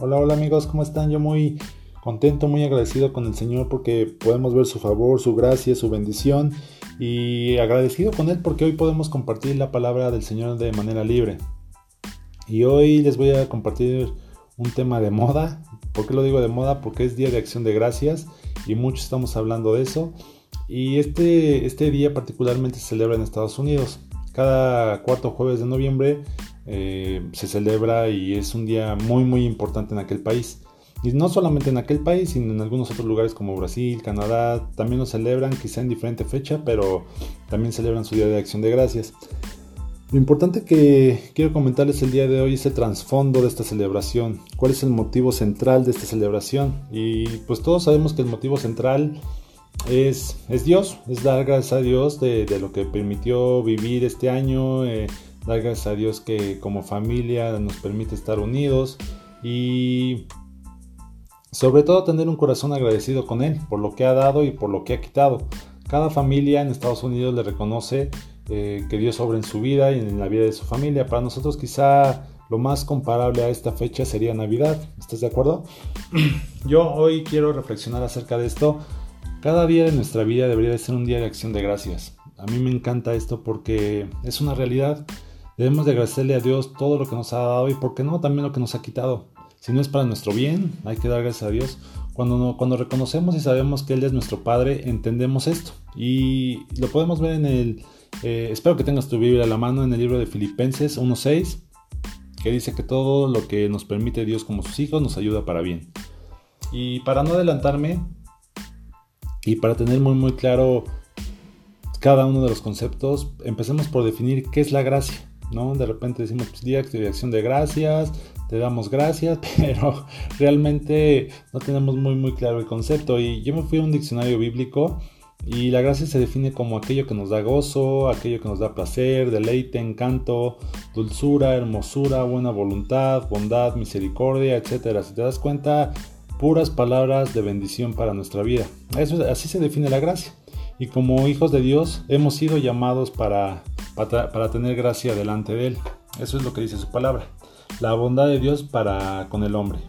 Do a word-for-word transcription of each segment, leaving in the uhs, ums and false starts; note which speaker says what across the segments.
Speaker 1: Hola, hola amigos, ¿cómo están? Yo muy contento, muy agradecido con el Señor porque podemos ver su favor, su gracia, su bendición y agradecido con Él porque hoy podemos compartir la palabra del Señor de manera libre. Y hoy les voy a compartir un tema de moda. ¿Por qué lo digo de moda? Porque es Día de Acción de Gracias y muchos estamos hablando de eso. Y este, este día particularmente se celebra en Estados Unidos. Cada cuarto jueves de noviembre eh, se celebra y es un día muy muy importante en aquel país. Y no solamente en aquel país, sino en algunos otros lugares como Brasil, Canadá, también lo celebran, quizá en diferente fecha, pero también celebran su Día de Acción de Gracias. Lo importante que quiero comentarles el día de hoy es el trasfondo de esta celebración. ¿Cuál es el motivo central de esta celebración? Y pues todos sabemos que el motivo central es, es Dios, es dar gracias a Dios de, de lo que permitió vivir este año, eh, dar gracias a Dios que como familia nos permite estar unidos y sobre todo tener un corazón agradecido con Él por lo que ha dado y por lo que ha quitado. Cada familia en Estados Unidos le reconoce eh, que Dios obra en su vida y en la vida de su familia. Para nosotros quizá lo más comparable a esta fecha sería Navidad. ¿Estás de acuerdo? Yo hoy quiero reflexionar acerca de esto. Cada día de nuestra vida debería de ser un día de acción de gracias. A mí me encanta esto porque es una realidad. Debemos de agradecerle a Dios todo lo que nos ha dado y, ¿por qué no?, también lo que nos ha quitado. Si no es para nuestro bien, hay que dar gracias a Dios. Cuando, no, cuando reconocemos y sabemos que Él es nuestro Padre, entendemos esto. Y lo podemos ver en el, eh, espero que tengas tu Biblia a la mano, en el libro de Filipenses uno seis, que dice que todo lo que nos permite Dios como sus hijos nos ayuda para bien. Y para no adelantarme, y para tener muy muy claro cada uno de los conceptos, empecemos por definir qué es la gracia, ¿no? De repente decimos, pues, día de acción de gracias, te damos gracias, pero realmente no tenemos muy muy claro el concepto. Y yo me fui a un diccionario bíblico y la gracia se define como aquello que nos da gozo, aquello que nos da placer, deleite, encanto, dulzura, hermosura, buena voluntad, bondad, misericordia, etcétera. Si te das cuenta, puras palabras de bendición para nuestra vida. Eso, así se define la gracia. Y como hijos de Dios hemos sido llamados para, para, para tener gracia delante de Él. Eso es lo que dice su palabra. La bondad de Dios para con el hombre.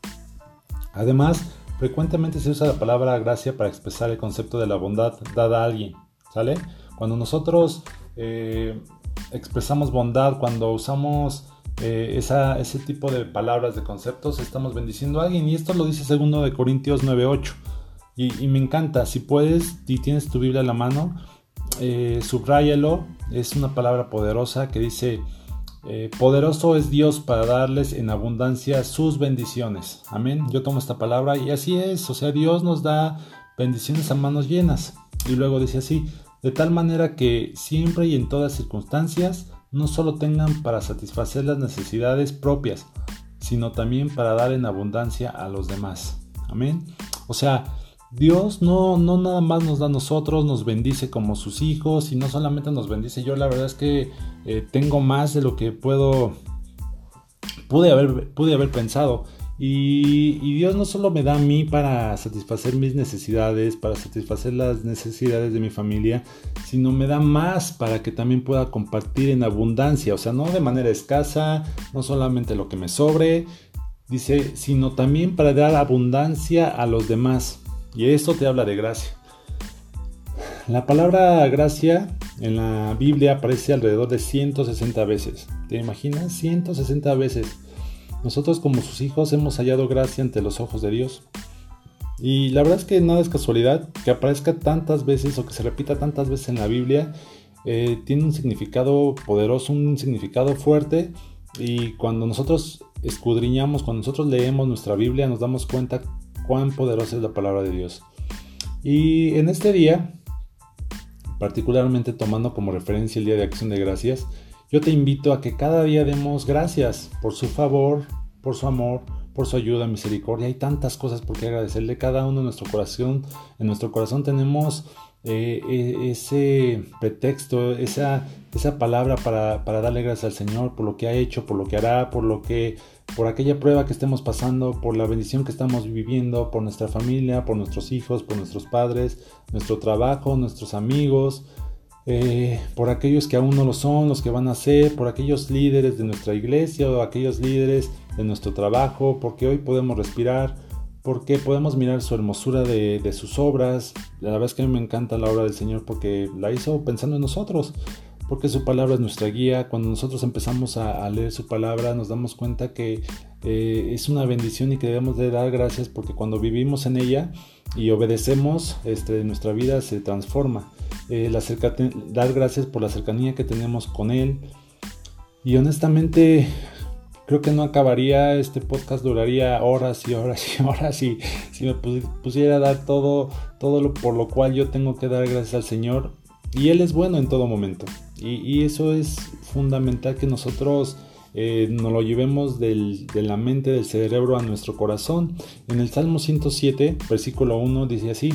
Speaker 1: Además, frecuentemente se usa la palabra gracia para expresar el concepto de la bondad dada a alguien, ¿sale? Cuando nosotros eh, expresamos bondad, cuando usamos eh, esa, ese tipo de palabras, de conceptos, estamos bendiciendo a alguien. Y esto lo dice segundo de Corintios nueve ocho. Y, y me encanta, si puedes y tienes tu Biblia a la mano, eh, subráyalo. Es una palabra poderosa que dice: Eh, poderoso es Dios para darles en abundancia sus bendiciones. Amén. Yo tomo esta palabra y así es. O sea, Dios nos da bendiciones a manos llenas. Y luego dice así: de tal manera que siempre y en todas circunstancias no solo tengan para satisfacer las necesidades propias, sino también para dar en abundancia a los demás. Amén. O sea, Dios no, no nada más nos da a nosotros, nos bendice como sus hijos, y no solamente nos bendice. Yo la verdad es que eh, tengo más de lo que puedo pude haber, pude haber pensado. Y, y Dios no solo me da a mí para satisfacer mis necesidades, para satisfacer las necesidades de mi familia, sino me da más para que también pueda compartir en abundancia. O sea, no de manera escasa, no solamente lo que me sobre, dice, sino también para dar abundancia a los demás. Y esto te habla de gracia. La palabra gracia en la Biblia aparece alrededor de ciento sesenta veces. ¿Te imaginas? ciento sesenta veces. Nosotros como sus hijos hemos hallado gracia ante los ojos de Dios. Y la verdad es que nada es casualidad que aparezca tantas veces o que se repita tantas veces en la Biblia. Eh, tiene un significado poderoso, un significado fuerte. Y cuando nosotros escudriñamos, cuando nosotros leemos nuestra Biblia, nos damos cuenta cuán poderosa es la palabra de Dios. Y en este día, particularmente tomando como referencia el Día de Acción de Gracias, yo te invito a que cada día demos gracias por su favor, por su amor, por su ayuda, misericordia. Hay tantas cosas por qué agradecerle. Cada uno en nuestro corazón, en nuestro corazón tenemos eh, ese pretexto, esa, esa palabra para, para darle gracias al Señor por lo que ha hecho, por lo que hará, por lo que por aquella prueba que estemos pasando, por la bendición que estamos viviendo, por nuestra familia, por nuestros hijos, por nuestros padres, nuestro trabajo, nuestros amigos. eh, por aquellos que aún no lo son, los que van a ser, por aquellos líderes de nuestra iglesia o aquellos líderes de nuestro trabajo, porque hoy podemos respirar, porque podemos mirar su hermosura de, de sus obras. La verdad es que a mí me encanta la obra del Señor porque la hizo pensando en nosotros, porque su palabra es nuestra guía. Cuando nosotros empezamos a, a leer su palabra nos damos cuenta que eh, es una bendición y que debemos de dar gracias, porque cuando vivimos en ella y obedecemos, este, nuestra vida se transforma. Eh, la cerca, dar gracias por la cercanía que tenemos con Él. Y honestamente creo que no acabaría, este podcast duraría horas y horas y horas y si me pusiera a dar todo, todo lo por lo cual yo tengo que dar gracias al Señor. Y Él es bueno en todo momento. Y, y eso es fundamental, que nosotros eh, nos lo llevemos del, de la mente, del cerebro a nuestro corazón. En el Salmo ciento siete, versículo uno, dice así: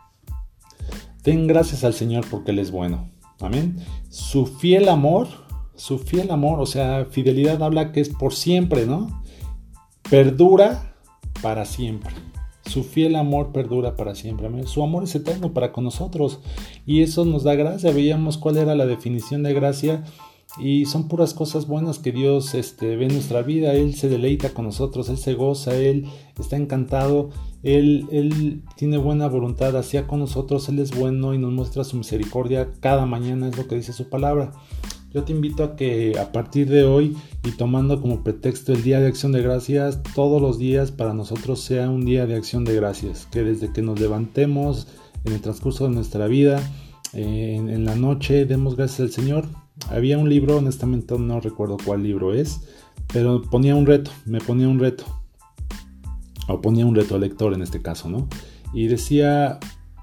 Speaker 1: den gracias al Señor porque Él es bueno. Amén. Su fiel amor, su fiel amor, o sea, fidelidad habla que es por siempre, ¿no? Perdura para siempre. Su fiel amor perdura para siempre. Amén. Su amor es eterno para con nosotros. Y eso nos da gracia. Veíamos cuál era la definición de gracia. Y son puras cosas buenas que Dios este, ve en nuestra vida. Él se deleita con nosotros. Él se goza. Él está encantado. Él, él tiene buena voluntad hacia con nosotros. Él es bueno y nos muestra su misericordia cada mañana. Es lo que dice su palabra. Yo te invito a que a partir de hoy, y tomando como pretexto el Día de Acción de Gracias, todos los días para nosotros sea un día de acción de gracias. Que desde que nos levantemos en el transcurso de nuestra vida, eh, en, en la noche, demos gracias al Señor. Había un libro, honestamente no recuerdo cuál libro es, pero ponía un reto, me ponía un reto. O ponía un reto al lector en este caso, ¿no? Y decía: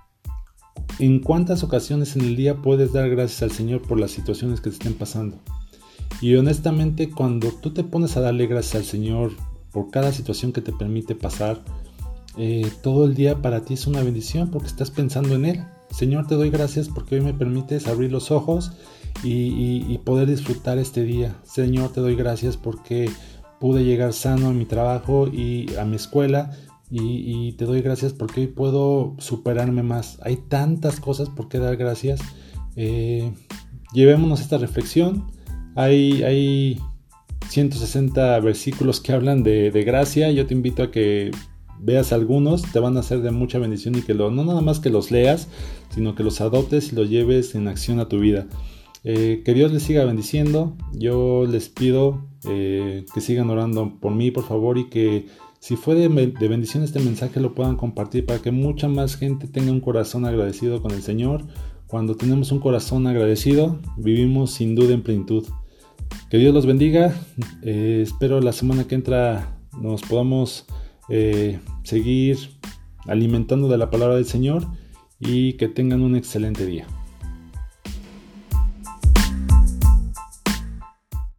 Speaker 1: ¿en cuántas ocasiones en el día puedes dar gracias al Señor por las situaciones que te estén pasando? Y honestamente, cuando tú te pones a darle gracias al Señor por cada situación que te permite pasar, eh, todo el día para ti es una bendición, porque estás pensando en Él. Señor, te doy gracias porque hoy me permites abrir los ojos y, y, y poder disfrutar este día. Señor, te doy gracias porque pude llegar sano a mi trabajo y a mi escuela. Y, y te doy gracias porque hoy puedo superarme más. Hay tantas cosas por qué dar gracias. Eh, llevémonos esta reflexión. Hay, hay ciento sesenta versículos que hablan de, de gracia. Yo te invito a que veas algunos. Te van a ser de mucha bendición, y que lo, no nada más que los leas, sino que los adoptes y los lleves en acción a tu vida. Eh, que Dios les siga bendiciendo. Yo les pido eh, que sigan orando por mí, por favor, y que si fue de, de bendición este mensaje, lo puedan compartir para que mucha más gente tenga un corazón agradecido con el Señor. Cuando tenemos un corazón agradecido, vivimos sin duda en plenitud. Que Dios los bendiga. Eh, espero la semana que entra nos podamos eh, seguir alimentando de la palabra del Señor, y que tengan un excelente día.